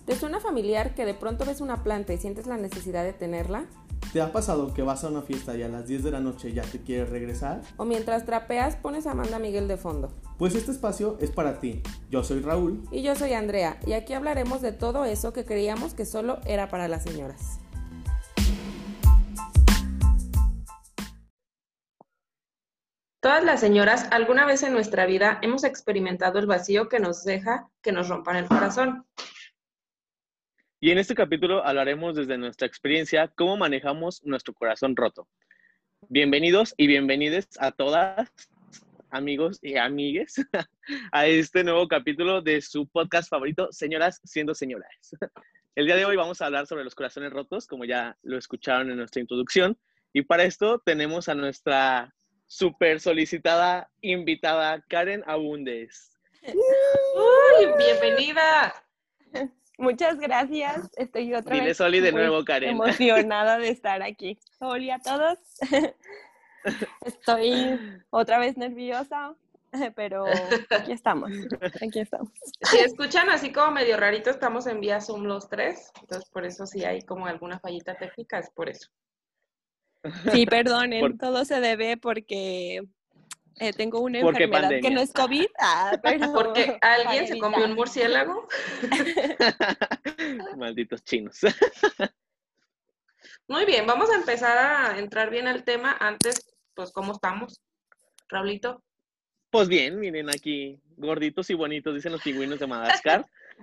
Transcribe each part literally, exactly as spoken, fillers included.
¿Te suena familiar que de pronto ves una planta y sientes la necesidad de tenerla? ¿Te ha pasado que vas a una fiesta y a las diez de la noche ya te quieres regresar? ¿O mientras trapeas pones a Amanda Miguel de fondo? Pues este espacio es para ti. Yo soy Raúl. Y yo soy Andrea, y aquí hablaremos de todo eso que creíamos que solo era para las señoras. Todas las señoras, alguna vez en nuestra vida, hemos experimentado el vacío que nos deja que nos rompan el corazón. Y en este capítulo hablaremos desde nuestra experiencia cómo manejamos nuestro corazón roto. Bienvenidos y bienvenides a todas, amigos y amigues, a este nuevo capítulo de su podcast favorito, Señoras siendo señoras. El día de hoy vamos a hablar sobre los corazones rotos, como ya lo escucharon en nuestra introducción. Y para esto tenemos a nuestra súper solicitada invitada, Karen Abundes. ¡Uy, bienvenida! Muchas gracias. Estoy otra Dile vez Soli de muy nuevo, Karen. emocionada de estar aquí. Hola a todos. Estoy otra vez nerviosa, pero aquí estamos. Aquí estamos. Si escuchan así como medio rarito, estamos en vía Zoom los tres. Entonces, por eso si hay como alguna fallita técnica, es por eso. Sí, perdonen. Por- Todo se debe porque eh, tengo una Porque enfermedad que pandemia. no es COVID. Ah, pero Porque alguien se para comió un evitar. murciélago. Malditos chinos. Muy bien, vamos a empezar a entrar bien al tema. Antes, pues, ¿cómo estamos? Raulito. Pues bien, miren aquí, gorditos y bonitos, dicen los pingüinos de Madagascar.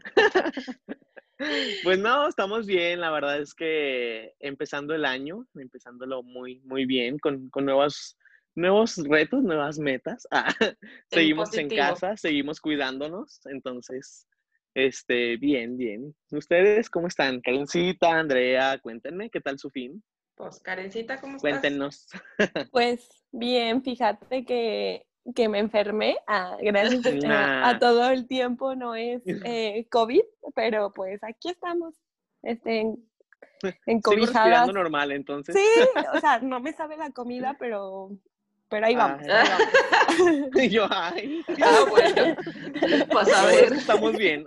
Pues no, estamos bien, la verdad es que empezando el año, empezándolo muy, muy bien, con, con nuevos, nuevos retos, nuevas metas. Ah, seguimos en positivo. casa, seguimos cuidándonos, entonces, este, bien, bien. ¿Ustedes cómo están? Karencita, Andrea, cuéntenme, ¿qué tal su fin? Pues, Karencita, ¿cómo estás? Cuéntenos. Pues bien, fíjate que, que me enfermé, ah, gracias eh, Nah. a todo el tiempo, no es eh, COVID, pero pues aquí estamos, este, en, Sigo encobijadas. respirando normal, entonces. Sí, o sea, no me sabe la comida, pero, pero ahí vamos, Ay. ahí vamos. Y yo, ay, Ah, bueno. Pues a lo bueno es ver. que estamos bien.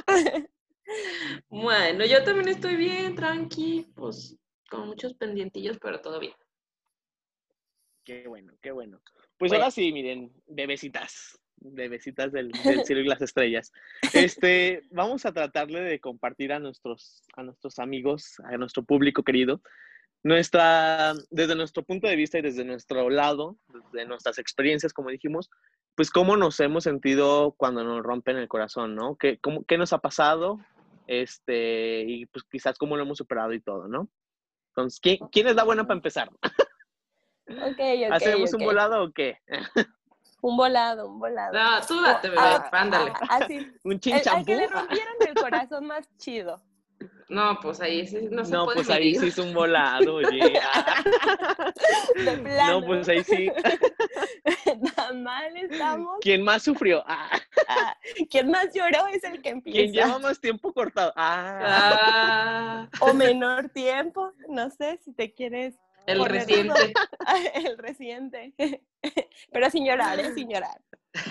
Bueno, yo también estoy bien, tranqui, pues con muchos pendientillos, pero todo bien. Qué bueno, qué bueno. Pues Bueno. ahora sí, miren, bebecitas, bebecitas del, del cielo y las estrellas. Este, vamos a tratarle de compartir a nuestros, a nuestros amigos, a nuestro público querido, nuestra, desde nuestro punto de vista y desde nuestro lado, desde nuestras experiencias, como dijimos, pues cómo nos hemos sentido cuando nos rompen el corazón, ¿no? ¿Qué, cómo, qué nos ha pasado? Este, y pues quizás cómo lo hemos superado y todo, ¿no? Entonces, ¿quién, quién es la buena para empezar? Ok, ok, ¿Hacemos ok. un volado o qué? Un volado, un volado. No, tú date, O- bebé, ah, ándale. ah, así. ¿Un El, al chinchampú? que le rompieron el corazón más chido. No, pues ahí sí no se No, puede pues ahí medir. sí es un volado, oye. Ah. De plano. No, pues ahí sí. Tan mal estamos. ¿Quién más sufrió? Ah. Ah, quien más lloró es el que empieza. ¿Quién lleva más tiempo cortado? Ah. Ah, O menor tiempo, no sé si te quieres el poner reciente. eso. El reciente. Pero sin llorar, ¿eh? Sin llorar.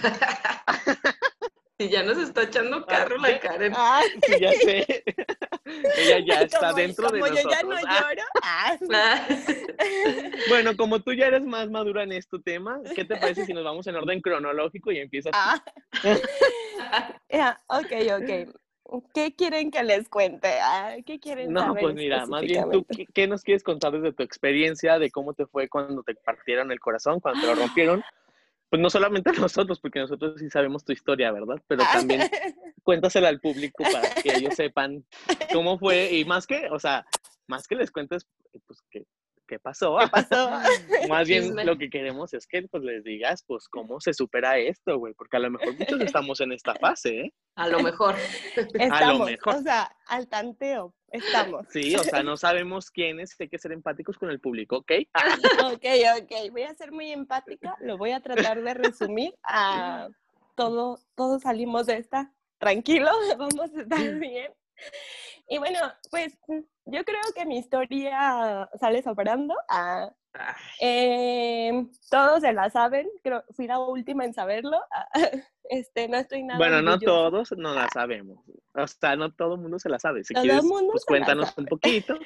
Y ya nos está echando carro Ah, la ya- Karen. Ah, Sí, ya sé. Ella ya está como, dentro como de yo nosotros. ya no Ah. lloro. Ah. Ah. Bueno, como tú ya eres más madura en este tema, ¿qué te parece si nos vamos en orden cronológico y empiezas tú? Ah. Ya, ok, ok. ¿Qué quieren que les cuente? Ah, ¿qué quieren No, saber pues mira, más bien tú, específicamente? ¿qué, qué nos quieres contar desde tu experiencia de cómo te fue cuando te partieron el corazón, cuando te lo rompieron? Pues no solamente a nosotros, porque nosotros sí sabemos tu historia, ¿verdad? Pero Ah. también cuéntasela al público para que ellos sepan cómo fue y más que, o sea, más que les cuentes, pues, qué, qué pasó. ¿Qué pasó? Más bien Chisme. lo que queremos es que pues les digas, pues, cómo se supera esto, güey, porque a lo mejor muchos estamos en esta fase, ¿eh? A lo mejor. Estamos, mejor. o sea, al tanteo, estamos. Sí, o sea, no sabemos quiénes, hay que ser empáticos con el público, ¿ok? Ok, ok, voy a ser muy empática, lo voy a tratar de resumir a todo, todos salimos de esta, tranquilo, vamos a estar bien. Y bueno, pues yo creo que mi historia sale sobrando. Ah, eh, todos se la saben, creo, fui la última en saberlo. Ah, este, no estoy nada Bueno, no orgullosa. todos no la sabemos. O sea, no todo el mundo se la sabe. Si Todo quieres, el mundo pues se la cuéntanos sabe. un poquito.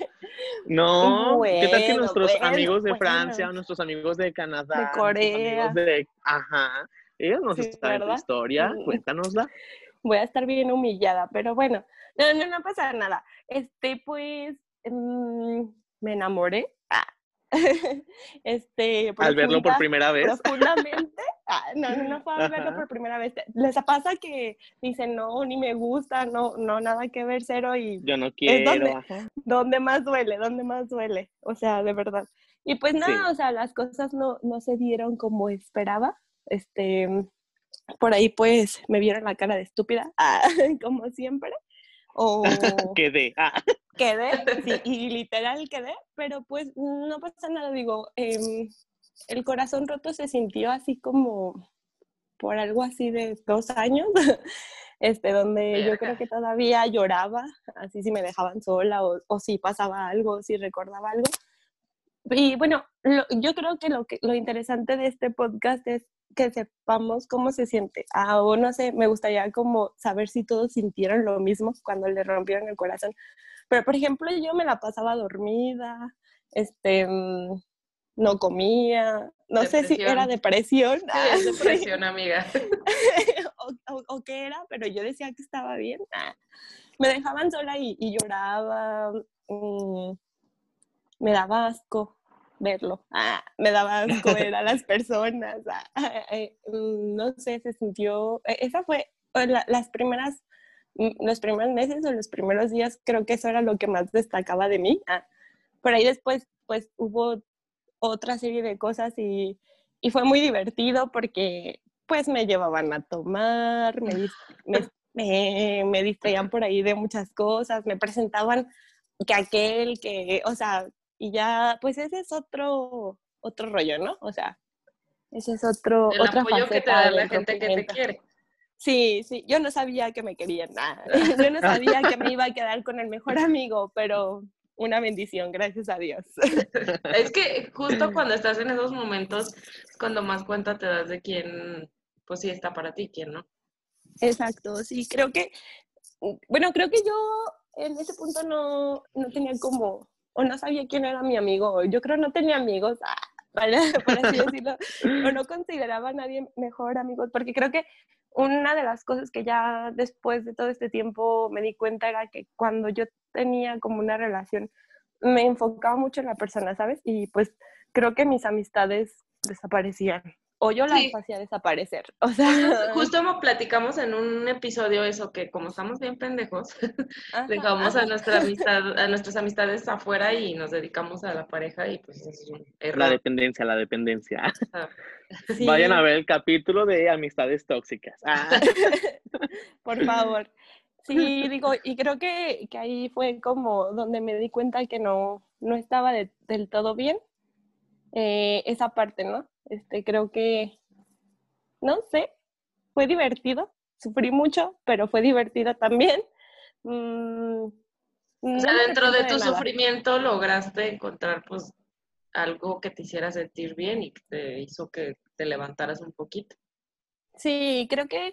No, ¿qué tal que Bueno, nuestros bueno, amigos de bueno. Francia, o nuestros amigos de Canadá, De nuestros amigos Corea. de... Ajá, ellos no Sí, saben tu ¿verdad? historia, Mm. cuéntanosla. Voy a estar bien humillada, pero bueno, no, no, no pasa nada. Este, pues, mmm, me enamoré. Ah. Este, Al verlo por profunda, primera vez. profundamente. Ah, no, no, no fue a verlo Ajá. por primera vez. Les pasa que dicen, no, ni me gusta, no, no, nada que ver, cero, y Yo no es quiero, donde, ajá. donde más duele, donde más duele, o sea, de verdad. Y pues nada, Sí. o sea, las cosas no, no se dieron como esperaba. Este, por ahí pues me vieron la cara de estúpida, ah, como siempre, o Quedé. Ah. quedé, sí, y literal quedé, pero pues no pasa nada, digo, eh, el corazón roto se sintió así como por algo así de dos años, este, donde yo creo Verga. que todavía lloraba, así si me dejaban sola o, o si pasaba algo, si recordaba algo. Y bueno, lo, yo creo que lo, que lo interesante de este podcast es que sepamos cómo se siente. Ah, o no sé, me gustaría como saber si todos sintieron lo mismo cuando le rompieron el corazón. Pero, por ejemplo, yo me la pasaba dormida, este, mm, no comía, no sé si era depresión. Sí, Ah, es depresión, amiga. o, o, o qué era, pero yo decía que estaba bien. Ah, me dejaban sola y, y lloraba, mm, me daba asco verlo, ah, me daba asco ver a las personas, ah, eh, no sé, se sintió, esa fue la, las primeras, los primeros meses o los primeros días, creo que eso era lo que más destacaba de mí. Ah, por ahí después, pues hubo otra serie de cosas y, y fue muy divertido porque pues me llevaban a tomar, me, me, me, me distraían por ahí de muchas cosas, me presentaban que aquel, que, o sea, y ya, pues ese es otro, otro rollo, ¿no? O sea, ese es otro, El otra apoyo que te faceta da del la gente que te rompimiento. quiere. Sí, sí, yo no sabía que me querían nada. Yo no sabía que me iba a quedar con el mejor amigo, pero una bendición, gracias a Dios. Es que justo cuando estás en esos momentos es cuando más cuenta te das de quién, pues sí está para ti, quién no. Exacto, sí, creo que, bueno, creo que yo en ese punto no, no tenía como, o no sabía quién era mi amigo, yo creo no tenía amigos, ah, para, por así decirlo, o no consideraba a nadie mejor amigo, porque creo que una de las cosas que ya después de todo este tiempo me di cuenta era que cuando yo tenía como una relación, me enfocaba mucho en la persona, ¿sabes? Y pues creo que mis amistades desaparecían, o yo las Sí, hacía desaparecer, o sea... justo, justo como platicamos en un episodio eso, que como estamos bien pendejos, Ajá, dejamos ajá. a nuestra amistad, a nuestras amistades afuera y nos dedicamos a la pareja y pues eso es un La error. dependencia, la dependencia. Ah, Vayan a Sí, ver el capítulo de amistades tóxicas. Ah. por favor. Sí, digo, y creo que, que ahí fue como donde me di cuenta que no, no estaba de- del todo bien eh, esa parte, ¿no? Este, creo que, no sé, fue divertido, sufrí mucho, pero fue divertido también. Mm, O sea, no me dentro arrepiento de de tu nada. sufrimiento lograste encontrar pues algo que te hiciera sentir bien y que te hizo que te levantaras un poquito. Sí, creo que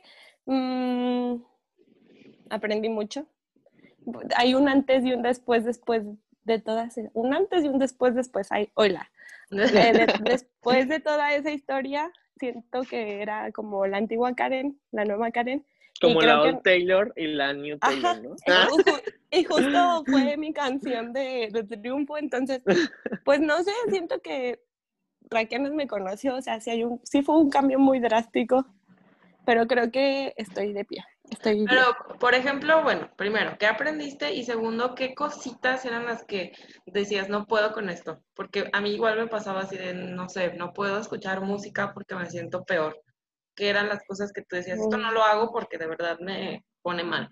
mm, aprendí mucho. Hay un antes y un después, después de todas, un antes y un después, después, hay, hola. De, de, después de toda esa historia, siento que era como la antigua Karen, la nueva Karen, y Como creo la que, Old Taylor y la New Taylor, ajá, ¿no? y, ju, y justo fue mi canción de, de triunfo, entonces, pues no sé, siento que Raquel me conoció, o sea, sí, hay un, sí fue un cambio muy drástico, pero creo que estoy de pie, estoy bien. Pero, por ejemplo, bueno, primero, ¿qué aprendiste? Y segundo, ¿qué cositas eran las que decías, no puedo con esto? Porque a mí igual me pasaba así de, no sé, no puedo escuchar música porque me siento peor. ¿Qué eran las cosas que tú decías, esto no lo hago porque de verdad me pone mal?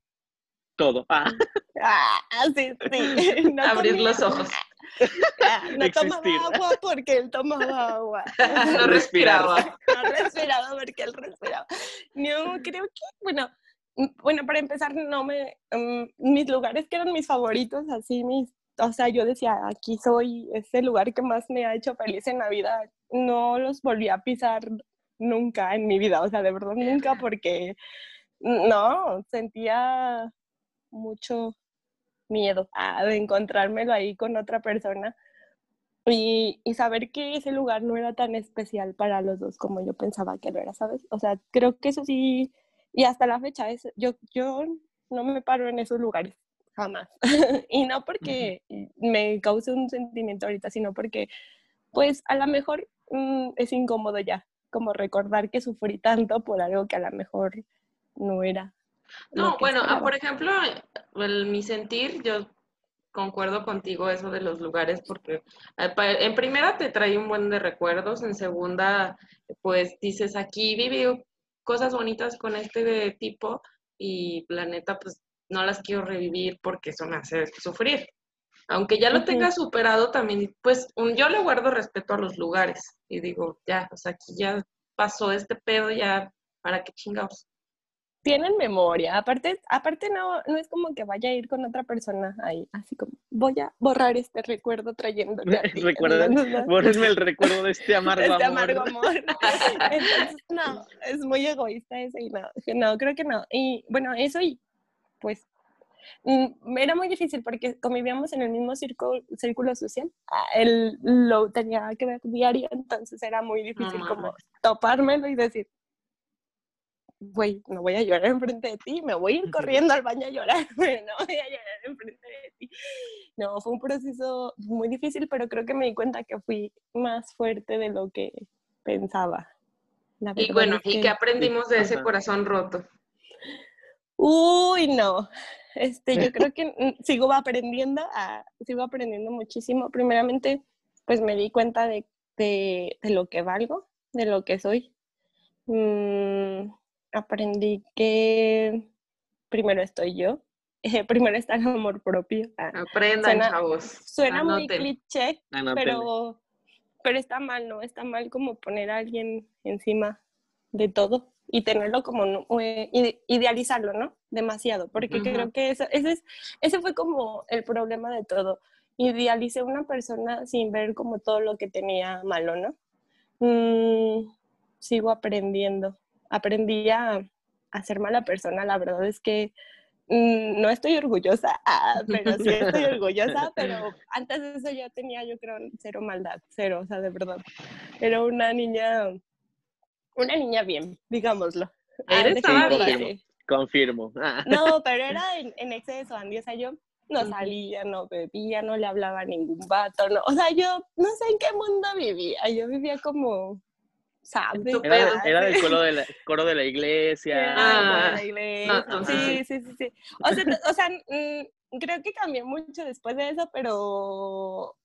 Todo. Ah. Ah, sí, sí, no Abrir comía, los ojos. ah, no Existir. tomaba agua porque él tomaba agua. No Respirar. respiraba. No respiraba porque él respiraba. No, creo que, bueno, bueno, para empezar, no me, um, mis lugares que eran mis favoritos, así mis, o sea, yo decía, aquí soy, es el lugar que más me ha hecho feliz en la vida, no los volví a pisar nunca en mi vida, o sea, de verdad nunca, porque no, sentía mucho miedo ah, de encontrármelo ahí con otra persona y, y saber que ese lugar no era tan especial para los dos como yo pensaba que lo era, ¿sabes? O sea, creo que eso sí, y hasta la fecha, es, yo, yo no me paro en esos lugares, jamás. Y no porque me cause un sentimiento ahorita, sino porque, pues, a lo mejor mm, es incómodo ya, como recordar que sufrí tanto por algo que a lo mejor no era. No, bueno, ah, por ejemplo, el, mi sentir, yo concuerdo contigo eso de los lugares, porque eh, pa- en primera te trae un buen de recuerdos, en segunda, pues dices, aquí viví cosas bonitas con este de tipo y la neta, pues no las quiero revivir porque eso me hace sufrir. Aunque ya lo Ujú. tenga superado, también, pues un, yo le guardo respeto a los lugares y digo, ya, o sea, aquí ya pasó este pedo, ya, ¿para qué chingados? Tienen memoria, aparte, aparte no, no es como que vaya a ir con otra persona ahí, así como voy a borrar este recuerdo trayéndote a ti. Recuerden, No, no, no. bórrenme el recuerdo de este amargo Este amor. amargo amor. Entonces, no, es muy egoísta eso y no, que no, creo que no. Y bueno, eso y pues mm, era muy difícil porque convivíamos en el mismo círculo, círculo social. Ah, él lo tenía que ver diario, entonces era muy difícil No como mames. topármelo y decir, güey, no voy a llorar enfrente de ti, me voy a ir corriendo al baño a llorar, pero no voy a llorar enfrente de ti. No, fue un proceso muy difícil, pero creo que me di cuenta que fui más fuerte de lo que pensaba. La Y verdad bueno, es ¿y que... qué aprendimos de ese Ajá. corazón roto? Uy, no. Este, yo creo que mm, sigo aprendiendo, a, sigo aprendiendo muchísimo. Primeramente, pues me di cuenta de, de, de lo que valgo, de lo que soy. Mm, aprendí que primero estoy yo, eh, primero está el amor propio. Ah, Aprendan, suena chavos. suena muy Anoten. cliché, Anótenle. pero, pero está mal, ¿no? Está mal como poner a alguien encima de todo y tenerlo como, no- eh, ide- idealizarlo, ¿no? Demasiado, porque Ujú. creo que eso, ese, es, ese fue como el problema de todo. Idealicé a una persona sin ver como todo lo que tenía malo, ¿no? Mm, sigo aprendiendo. Aprendí a, a ser mala persona. La verdad es que mm, no estoy orgullosa, ah, pero sí estoy orgullosa, pero antes de eso yo tenía, yo creo, cero maldad, cero, o sea, de verdad. Era una niña, una niña bien, digámoslo. Ah, Eres Sí, estaba dejémoslo bien. confirmo. así. Confirmo. Ah. No, pero era en, en exceso, Andy, o sea, yo no Ujú. salía, no bebía, no le hablaba a ningún vato, no, o sea, yo no sé en qué mundo vivía, yo vivía como, ¿sabes? tu Era, pedo. Ah, era sí. del coro de la, coro de la iglesia. Era del coro de Ah, la no, iglesia. entonces Sí, sí. sí, sí, sí. O sea, t- o sea mm, creo que cambié mucho después de eso, pero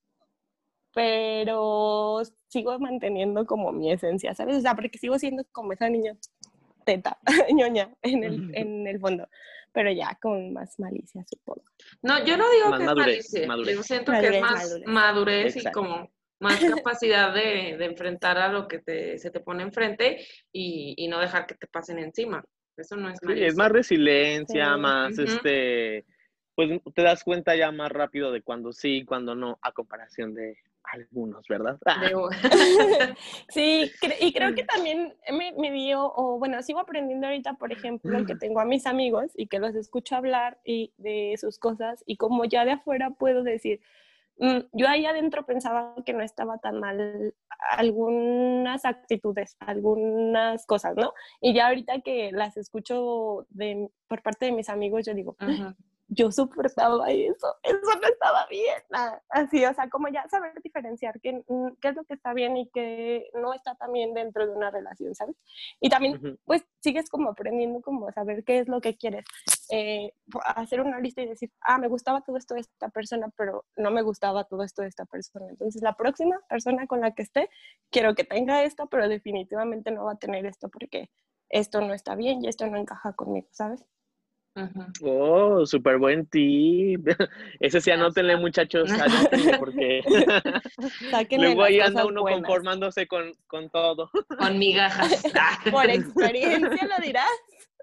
pero sigo manteniendo como mi esencia, ¿sabes? O sea, porque sigo siendo como esa niña teta, ñoña, en el, en el fondo, pero ya con más malicia, supongo. No, yo no digo Más que es madurez, malicia. madurez. Yo siento que es Madurez, más madurez. madurez y Exacto. como más capacidad de, de enfrentar a lo que te, se te pone enfrente y, y no dejar que te pasen encima. Eso no es Sí, es malicia. más resiliencia, Sí. más Ujú. este, pues te das cuenta ya más rápido de cuando sí y cuando no, a comparación de algunos, ¿verdad? Ah. De- Sí, cre- y creo que también me, me dio, o bueno, sigo aprendiendo ahorita, por ejemplo, que tengo a mis amigos y que los escucho hablar y de sus cosas y como ya de afuera puedo decir, mm, yo ahí adentro pensaba que no estaba tan mal algunas actitudes, algunas cosas, ¿no? Y ya ahorita que las escucho de, por parte de mis amigos, yo digo, Ujú. yo soportaba eso, eso no estaba bien. Ah, así, o sea, como ya saber diferenciar qué, mm, qué es lo que está bien y qué no está tan bien dentro de una relación, ¿sabes? Y también, Ujú. pues, sigues como aprendiendo como a saber qué es lo que quieres. Eh, hacer una lista y decir, ah, me gustaba todo esto de esta persona, pero no me gustaba todo esto de esta persona. Entonces, la próxima persona con la que esté, quiero que tenga esto, pero definitivamente no va a tener esto porque esto no está bien y esto no encaja conmigo, ¿sabes? Ujú. Oh, súper buen tip. Ese sí, anótenle, muchachos, anótenle, porque Sáquenle luego las ahí anda cosas uno buenas. conformándose con, con todo. Con migajas. Por experiencia lo dirás.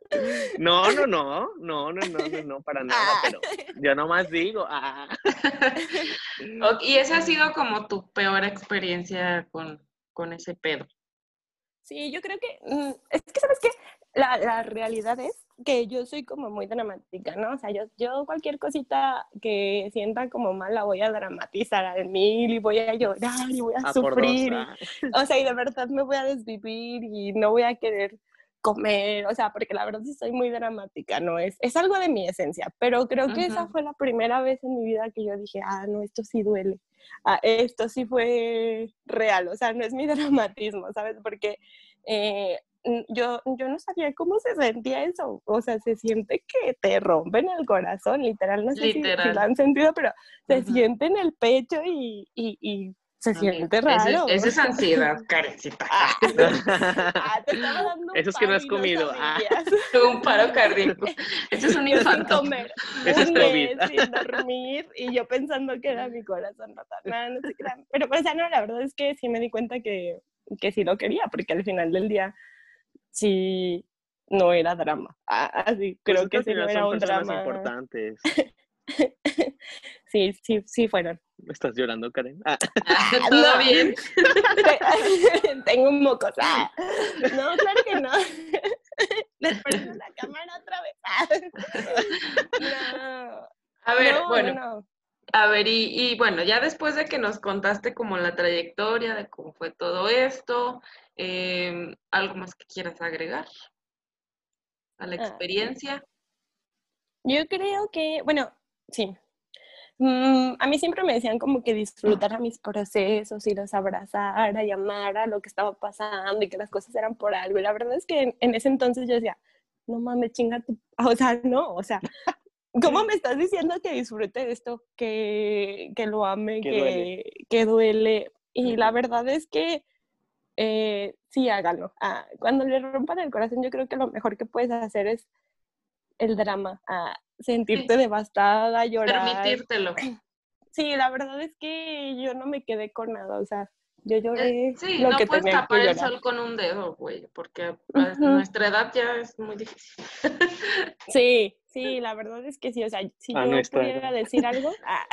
No, no, no, no, no, no, no, no, para nada, Ah. pero yo nomás digo, ah. Ok, y esa ha sido como tu peor experiencia con, con ese pedo. Sí, yo creo que, mm, es que, ¿sabes qué? La, la realidad es que yo soy como muy dramática, ¿no? O sea, yo, yo cualquier cosita que sienta como mal la voy a dramatizar al mil y voy a llorar y voy a A por dos, sufrir. Y, ah. o sea, y de verdad me voy a desvivir y no voy a querer comer, o sea, porque la verdad sí soy muy dramática, ¿no? Es, es algo de mi esencia, pero creo que esa Ujú. fue la primera vez en mi vida que yo dije, ah, no, esto sí duele, ah, esto sí fue real, o sea, no es mi dramatismo, ¿sabes? Porque eh, yo, yo no sabía cómo se sentía eso, o sea, se siente que te rompen el corazón, literal, no sé si, si lo Literal. han sentido, pero se Ujú. siente en el pecho y, y, y se Ok, siente ese es- raro. Esa es ansiedad, Karencita. Ah, ah, te estaba dando un Eso es que no paro has y no comido, ah. sabías. Un paro cardíaco. Ese es un Yo sin infarto. comer Eso es un COVID. mes, sin dormir, y yo pensando que era mi corazón roto. No, no se crean. Pero, o sea, no, la verdad es que sí me di cuenta que, que sí lo quería, porque al final del día sí no era drama. Ah, así, Pues creo es que que al sí no final era son un personas drama. importantes. Sí, sí, sí fueron. ¿Estás llorando, Karen? Ah. Ah, ¿Todo no. bien? Te- Tengo un moco. Ah, no, claro que no. Les prendo la cámara otra vez. Ah, no, A ver, no, no, bueno, no. a ver, y, y bueno, ya después de que nos contaste como la trayectoria de cómo fue todo esto, em, ¿algo más que quieras agregar a la Ah, experiencia? yo creo que, bueno, sí. Mm, a mí siempre me decían como que disfrutara mis procesos y los abrazara y amara lo que estaba pasando y que las cosas eran por algo. Y la verdad es que en, en ese entonces yo decía, no mames, chinga tu... O sea, no, o sea, ¿cómo me estás diciendo que disfrute esto, que, que lo ame, Que duele. que, que duele? Y la Ujú. verdad es que eh, sí, hágalo. Ah, cuando le rompan el corazón, yo creo que lo mejor que puedes hacer es el drama, ah, Sí, sentirte devastada, llorar. permitírtelo. Sí, la verdad es que yo no me quedé con nada, o sea, yo Eh, lloré sí, lo no que puedes tenía que tapar el llorar. sol con un dedo, güey, porque a Ujú. nuestra edad ya es muy difícil. Sí, sí, la verdad es que sí, o sea, si A yo nuestra pudiera edad. decir algo ah,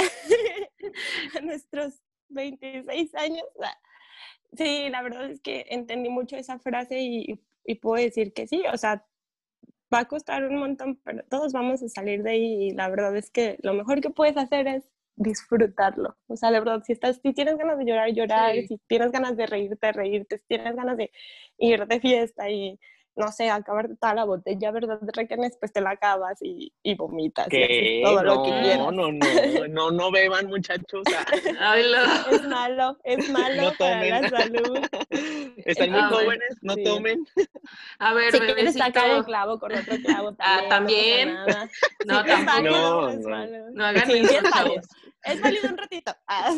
a nuestros veintiséis años, ah, sí, la verdad es que entendí mucho esa frase y, y puedo decir que sí, o sea, va a costar un montón, pero todos vamos a salir de ahí y la verdad es que lo mejor que puedes hacer es disfrutarlo. O sea, de verdad, si, estás, si tienes ganas de llorar, llorar, Sí. si tienes ganas de reírte, reírte, si tienes ganas de ir de fiesta y, no sé, acabar toda la botella, ¿verdad? De requenes, pues te la acabas y, y vomitas y haces ¿Qué? todo lo que No, quieras. no, no, no, no beban, muchachos. Ah. Ay, Es lo- malo, es No malo para tomen. la salud. Están muy A ver, jóvenes, no Sí. tomen. a ver, Si quieres sacar el bebecito. clavo con otro clavo Ah, también, no pasa también. nada. Sí, No, es tampoco. válido, No, es no. válido. No hagan Sí, sí eso, es válido. chavos. Es válido un ratito. Ah.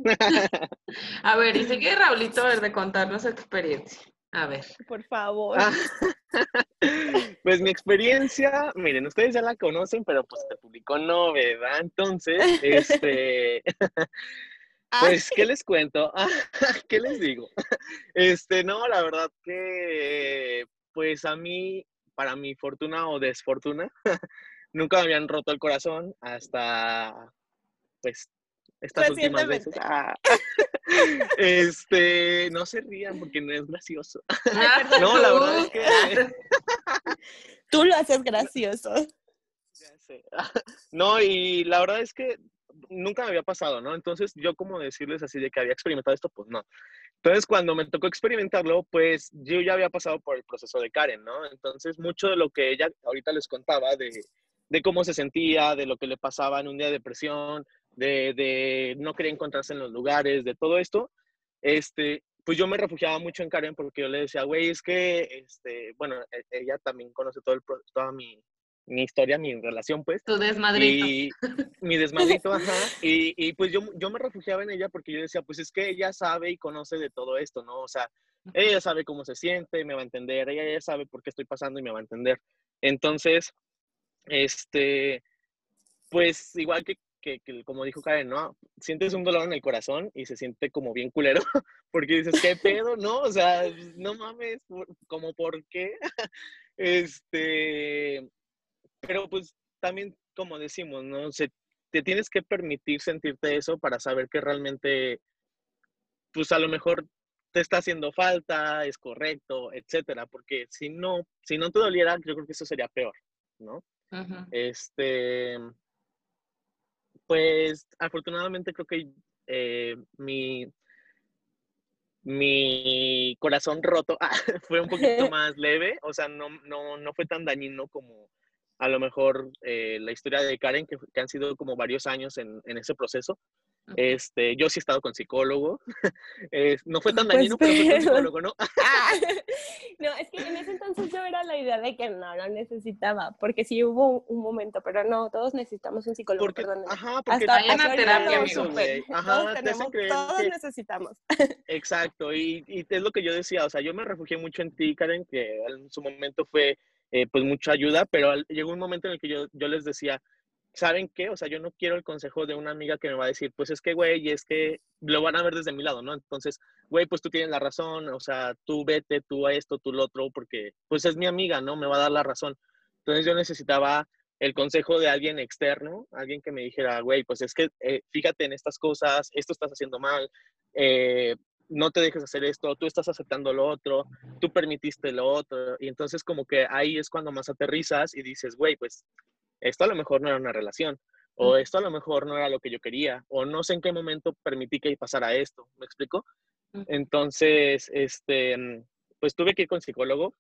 A ver, y sigue Raulito a ver, de contarnos su experiencia. A ver. Por favor. Ah, pues mi experiencia, miren, ustedes ya la conocen, pero pues se publicó no, ¿verdad? Entonces, este, Ah, pues, ¿qué les cuento? Ah, ¿qué les digo? Este, no, la verdad que, pues a mí, para mi fortuna o desfortuna, nunca me habían roto el corazón hasta, pues, estas últimas veces. recientemente. Ah, este, no se rían porque no es gracioso. Ay, Ah, perdón. No, la verdad es tú. que Tú lo haces gracioso. ya sé. No, y la verdad es que nunca me había pasado, ¿no? Entonces, yo como decirles así de que había experimentado esto, pues no. Entonces, cuando me tocó experimentarlo, pues yo ya había pasado por el proceso de Karen, ¿no? Entonces, mucho de lo que ella ahorita les contaba de, de cómo se sentía, de lo que le pasaba en un día de depresión, de, de no querer encontrarse en los lugares, de todo esto, este, pues yo me refugiaba mucho en Karen porque yo le decía, güey, es que, este, bueno, e- ella también conoce todo el, pro- toda mi, mi historia, mi relación, pues, Tu desmadrito. y mi desmadrito, ajá, y, y pues yo, yo me refugiaba en ella porque yo decía, pues es que ella sabe y conoce de todo esto, ¿no? O sea, ella sabe cómo se siente, me va a entender, ella ya sabe por qué estoy pasando y me va a entender. Entonces, este, pues igual que, que, que como dijo Karen, ¿no? Sientes un dolor en el corazón y se siente como bien culero, porque dices, ¿qué pedo? No, o sea, no mames, ¿por- ¿como por qué? Este, pero pues también, como decimos, ¿no? Se, te tienes que permitir sentirte eso para saber que realmente, pues a lo mejor te está haciendo falta, es correcto, etcétera, porque si no, si no te doliera, yo creo que eso sería peor, ¿no? Ujú. Este, pues afortunadamente creo que eh, mi, mi corazón roto ah, fue un poquito más leve, o sea, no, no, no fue tan dañino como a lo mejor eh, la historia de Karen, que, que han sido como varios años en, en ese proceso. Este, yo sí he estado con psicólogo, eh, no fue tan Pues dañino, pero fui con pero... psicólogo, ¿no? Ah, no, es que en ese entonces yo era la idea de que no lo necesitaba, porque sí hubo un, un momento, pero no, todos necesitamos un psicólogo, Porque, perdónenme. ajá, porque Hasta, te Vayan hasta a hacen ahorita terapia, creer todos eso, amigos. supe, güey. todos Ajá, te hacen tenemos, creer todos que, necesitamos. exacto, y, y es lo que yo decía, o sea, yo me refugié mucho en ti, Karen, que en su momento fue eh, pues mucha ayuda, pero al- llegó un momento en el que yo, yo les decía, ¿saben qué? O sea, yo no quiero el consejo de una amiga que me va a decir, pues es que, güey, es que lo van a ver desde mi lado, ¿no? Entonces, güey, pues tú tienes la razón, o sea, tú vete, tú a esto, tú lo otro, porque pues es mi amiga, ¿no? Me va a dar la razón. Entonces yo necesitaba el consejo de alguien externo, alguien que me dijera, güey, pues es que eh, fíjate en estas cosas, esto estás haciendo mal, eh, no te dejes hacer esto, tú estás aceptando lo otro, tú permitiste lo otro, y entonces como que ahí es cuando más aterrizas y dices, güey, pues esto a lo mejor no era una relación, o esto a lo mejor no era lo que yo quería, o no sé en qué momento permití que pasara esto, ¿me explico? Entonces, este, pues tuve que ir con psicólogo,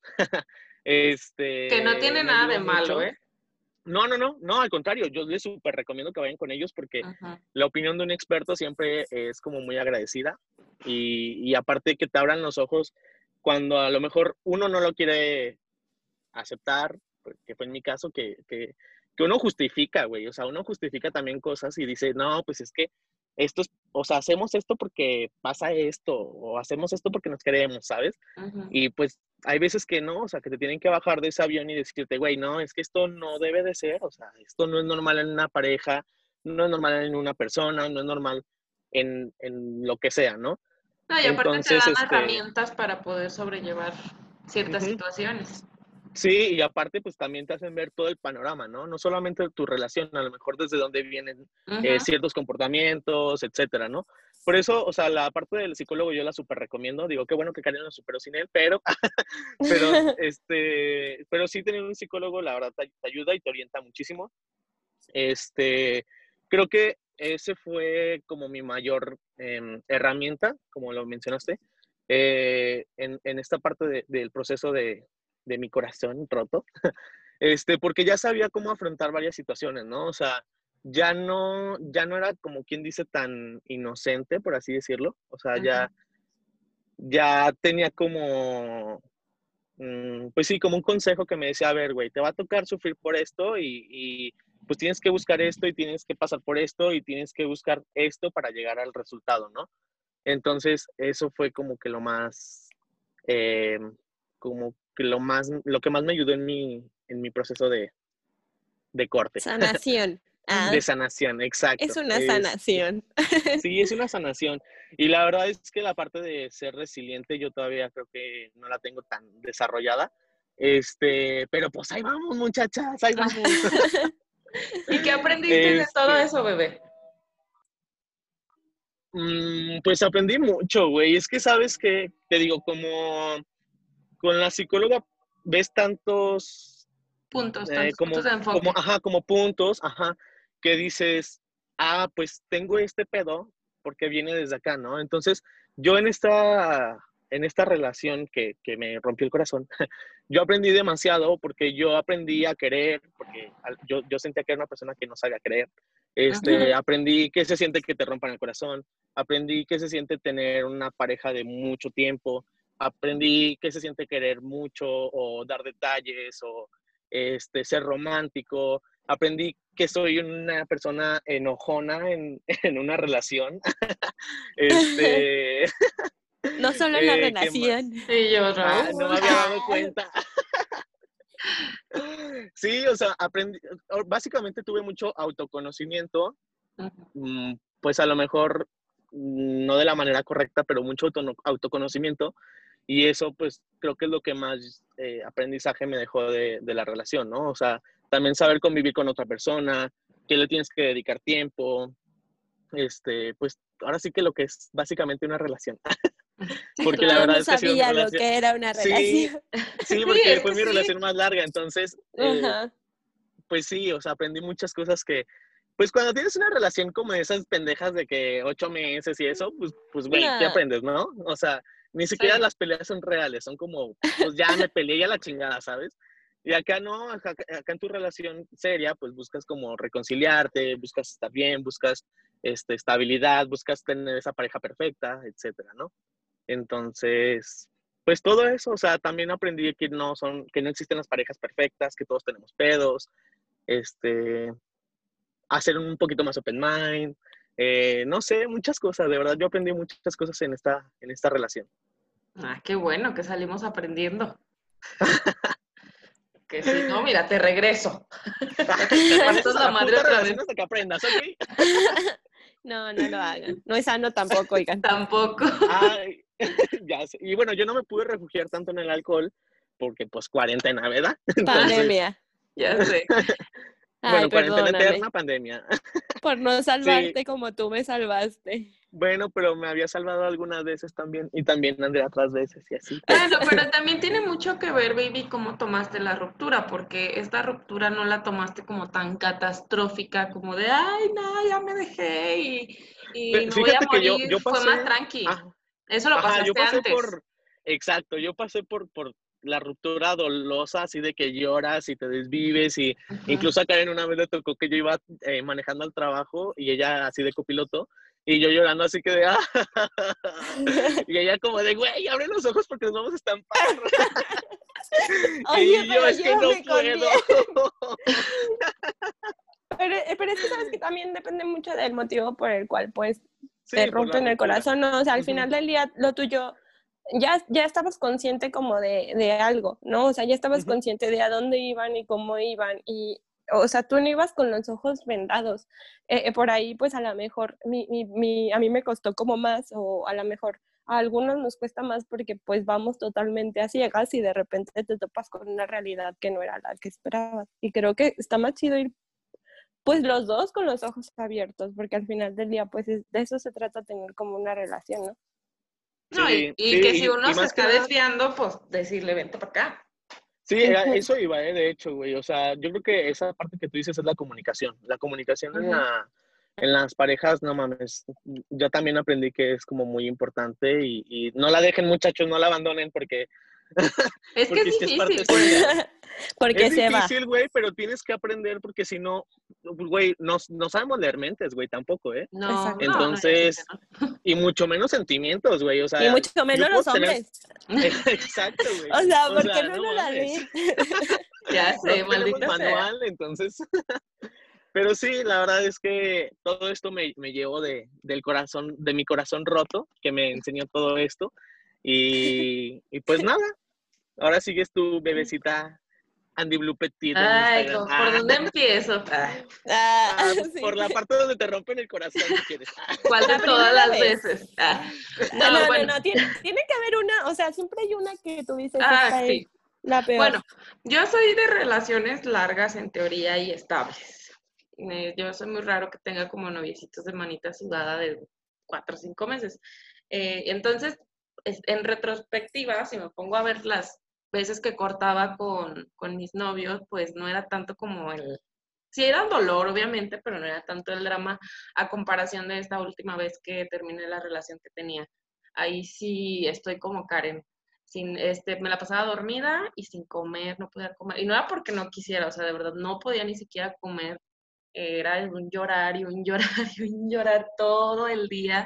Que no este, tiene me nada ayudó de malo, mucho. ¿eh? No, no, no, no, al contrario, yo les súper recomiendo que vayan con ellos porque Ujú. la opinión de un experto siempre es como muy agradecida y, y aparte que te abran los ojos cuando a lo mejor uno no lo quiere aceptar, que fue en mi caso, que, que, que uno justifica, güey, o sea, uno justifica también cosas y dice, no, pues es que esto es, o sea, hacemos esto porque pasa esto, o hacemos esto porque nos queremos, ¿sabes? Ujú. Y pues hay veces que no, o sea, que te tienen que bajar de ese avión y decirte, güey, no, es que esto no debe de ser, o sea, esto no es normal en una pareja, no es normal en una persona, no es normal en, en lo que sea, ¿no? No, y aparte te Entonces, dan este, herramientas para poder sobrellevar ciertas uh-huh. situaciones. Sí, y aparte, pues también te hacen ver todo el panorama, ¿no? No solamente tu relación, a lo mejor desde dónde vienen eh, Ujú. ciertos comportamientos, etcétera, ¿no? Por eso, o sea, la parte del psicólogo yo la súper recomiendo. Digo, qué bueno que Karen lo superó sin él, pero, pero, este, pero sí tener un psicólogo, la verdad, te, te ayuda y te orienta muchísimo. Este, creo que ese fue como mi mayor eh, herramienta, como lo mencionaste, eh, en, en esta parte de, del proceso de, de mi corazón roto, este, porque ya sabía cómo afrontar varias situaciones, ¿no? O sea, ya no, ya no era como quien dice tan inocente, por así decirlo. O sea, ya, ya tenía como, mm, pues sí, como un consejo que me decía, a ver, güey, te va a tocar sufrir por esto y, y pues tienes que buscar esto y tienes que pasar por esto y tienes que buscar esto para llegar al resultado, ¿no? Entonces, eso fue como que lo más, eh, como que lo más, lo que más me ayudó en mi, en mi proceso de, de corte, Sanación. Ujú. Ah, de sanación, es exacto. una Es, sanación. sí, es una sanación. Y la verdad es que la parte de ser resiliente yo todavía creo que no la tengo tan desarrollada. Este, pero pues ahí vamos, muchachas, ahí vamos. ¿Y qué aprendiste de todo Este, eso, bebé? mm, pues aprendí mucho, güey. Es que sabes que, te digo, como con la psicóloga ves tantos, Puntos, eh, tantos puntos como, de como, enfoque. ajá, como puntos, ajá, que dices, ah, pues tengo este pedo porque viene desde acá, ¿no? Entonces, yo en esta, en esta relación que, que me rompió el corazón, yo aprendí demasiado porque yo aprendí a querer, porque al- yo, yo sentía que era una persona que no sabía querer. Este, Ujú. aprendí qué se siente que te rompan el corazón, aprendí qué se siente tener una pareja de mucho tiempo, aprendí qué se siente querer mucho o dar detalles o este, ser romántico, aprendí que soy una persona enojona en, en una relación. Este, No solo en la eh, ¿qué relación. más? Y yo, Ah, no Raúl. me había Ah, dado cuenta. Sí, o sea, aprendí, básicamente tuve mucho autoconocimiento, Ujú. mm, pues a lo mejor mm, no de la manera correcta, pero mucho auto- autoconocimiento Y eso, pues, creo que es lo que más eh, aprendizaje me dejó de, de la relación, ¿no? O sea, también saber convivir con otra persona, que le tienes que dedicar tiempo, este, pues, ahora sí que lo que es básicamente una relación. Sí, Porque la Yo claro. verdad no es que ha sido mi sabía lo relación. que era una Sí, relación. sí, Sí, porque es fue que mi sí. relación más larga, entonces, eh, Ajá. pues sí, o sea, aprendí muchas cosas que, pues cuando tienes una relación como esas pendejas de que ocho meses y eso, pues, pues, güey, ¿qué No. aprendes, no? O sea, ni siquiera Sí. las peleas son reales, son como, pues ya me peleé y a la chingada, ¿sabes? Y acá no, acá, acá en tu relación seria, pues buscas como reconciliarte, buscas estar bien, buscas este, estabilidad, buscas tener esa pareja perfecta, etcétera, ¿no? Entonces, pues todo eso, o sea, también aprendí que no son, que no existen las parejas perfectas, que todos tenemos pedos, este, hacer un poquito más open mind, eh, no sé, muchas cosas, de verdad, yo aprendí muchas cosas en esta, en esta relación. Ah, qué bueno que salimos aprendiendo. Que sí, no, mira, te regreso. Me Partas pareces a la la madre puta otra relación vez. hasta que aprendas, ¿ok? No, no lo hagan. No es sano tampoco, oigan. Tampoco. Ay, ya sé. Y bueno, yo no me pude refugiar tanto en el alcohol porque pues cuarentena, ¿verdad? Entonces, Pandemia. Ya sé. Ay, bueno, cuarentena perdóname. eterna, pandemia. Por no Sí, salvarte como tú me salvaste. bueno, pero me había salvado algunas veces también y también Andrea otras veces y así. Pero, Bueno, pero también tiene mucho que ver, baby, cómo tomaste la ruptura, porque esta ruptura no la tomaste como tan catastrófica, como de, ay, no, ya me dejé y, y pero me voy a fíjate que yo, morir. yo Fue más pasé, tranqui. ah, Eso lo ajá, yo pasaste pasé antes. por, exacto, yo pasé por, por la ruptura dolosa, así de que lloras y te desvives y Ujú. incluso a Karen una vez le tocó que yo iba eh, manejando al trabajo y ella así de copiloto y yo llorando así que de, ah, y ella como de, güey, abre los ojos porque nos vamos a estampar. Oye, Y yo, pero es que no llévame con puedo. diez. Pero, eh, pero es que sabes que también depende mucho del motivo por el cual pues te Sí, por la rompen el ruptura. corazón, ¿no? O sea, al Ujú. final del día lo tuyo ya, ya estabas consciente como de, de algo, ¿no? O sea, ya estabas Ujú. consciente de a dónde iban y cómo iban y, o sea, tú no ibas con los ojos vendados. Eh, eh, por ahí, pues a lo mejor mi, mi, mi, a mí me costó como más o a lo mejor a algunos nos cuesta más porque pues vamos totalmente a ciegas y de repente te topas con una realidad que no era la que esperabas. Y creo que está más chido ir pues los dos con los ojos abiertos, porque al final del día pues es, de eso se trata tener como una relación, ¿no? No, y, Sí, y que si sí, y, uno y se más que está nada, desviando, pues decirle, vente para acá. sí, eh, eso iba, eh, de hecho, güey. O sea, yo creo que esa parte que tú dices es la comunicación. La comunicación en Ujú. la, en las parejas, no mames. Yo también aprendí que es como muy importante y, y no la dejen, muchachos, no la abandonen porque, Es que es porque sí es parte difícil, pues. esencial. Es Porque se va. difícil, güey, pero tienes que aprender porque si no, güey, no, no sabemos leer mentes, güey, tampoco, ¿eh? No, Exacto. no, no, ya sé que Entonces, y mucho menos sentimientos, güey. O Y sea, mucho yo menos puedo los tener. hombres. no. Exacto, güey. O sea, O ¿por qué sea, no no nos la mames. leen? Ya No sé, tenemos maldita sea. manual, entonces. Pero sí, la verdad es que todo esto me, me llevó de, del corazón, de mi corazón roto, que me enseñó todo esto. Y, y pues nada, ahora sigues tu bebecita Andy Blue Petit en Ay, Instagram. ¿por Ah, dónde empiezo? Ah, Ah, ah, pues sí. por la parte donde te rompen el corazón, si quieres. Ah, ¿cuál de La todas primera las vez. veces? Ah, No, no, no, no, bueno. no. Tiene, tiene que haber una, o sea, siempre hay una que tú dices, Ah, esta es sí. la peor. Bueno, yo soy de relaciones largas en teoría y estables. Eh, yo soy muy raro que tenga como noviecitos de manita sudada de cuatro o cinco meses. Eh, entonces, es- en retrospectiva, si me pongo a ver las veces que cortaba con, con mis novios, pues no era tanto como el... Sí era un dolor, obviamente, pero no era tanto el drama a comparación de esta última vez que terminé la relación que tenía. Ahí sí estoy como Karen sin, este, me la pasaba dormida y sin comer, no podía comer. Y no era porque no quisiera, o sea, de verdad, no podía ni siquiera comer. Era un llorar y un llorar y un llorar todo el día.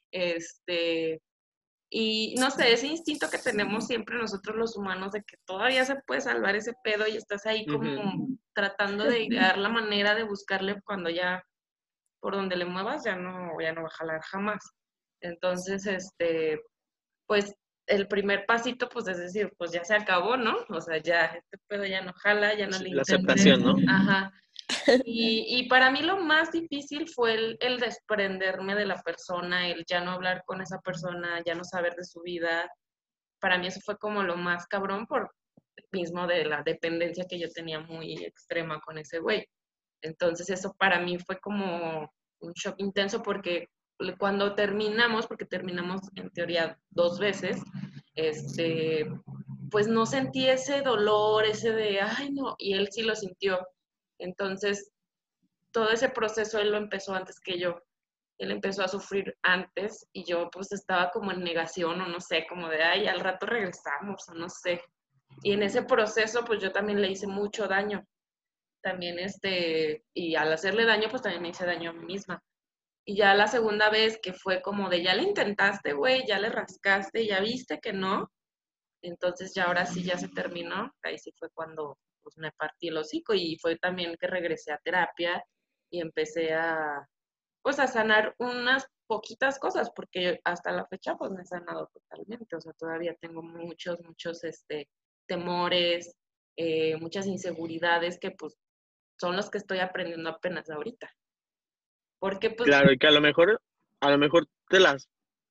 Este, y no sé, ese instinto que tenemos siempre nosotros los humanos de que todavía se puede salvar ese pedo y estás ahí como ujú. tratando de idear la manera de buscarle cuando ya por donde le muevas ya no, ya no va a jalar jamás. Entonces, este, pues el primer pasito, pues es decir, pues ya se acabó, ¿no? O sea, ya, este pedo ya no jala, ya no Sí, le la intentes, aceptación, ¿no? ajá. Y, y para mí lo más difícil fue el, el desprenderme de la persona, el ya no hablar con esa persona, ya no saber de su vida, para mí eso fue como lo más cabrón por mismo de la dependencia que yo tenía muy extrema con ese güey. Entonces eso para mí fue como un shock intenso porque cuando terminamos, porque terminamos en teoría dos veces, este, pues no sentí ese dolor, ese de, ay no, y él sí lo sintió. Entonces todo ese proceso él lo empezó antes que yo. Él empezó a sufrir antes y yo pues estaba como en negación o no sé, como de, ay, al rato regresamos o no sé. Y en ese proceso pues yo también le hice mucho daño. También este, y al hacerle daño pues también me hice daño a mí misma. Y ya la segunda vez que fue como de, ya le intentaste, güey, ya le rascaste, ya viste que no. Entonces ya ahora sí ya se terminó. Ahí sí fue cuando pues me partí el hocico y fue también que regresé a terapia y empecé a pues a sanar unas poquitas cosas, porque hasta la fecha pues me he sanado totalmente, o sea, todavía tengo muchos, muchos este, temores, eh, muchas inseguridades que pues son los que estoy aprendiendo apenas ahorita. Porque pues... Claro, y que a lo mejor, a lo mejor te las,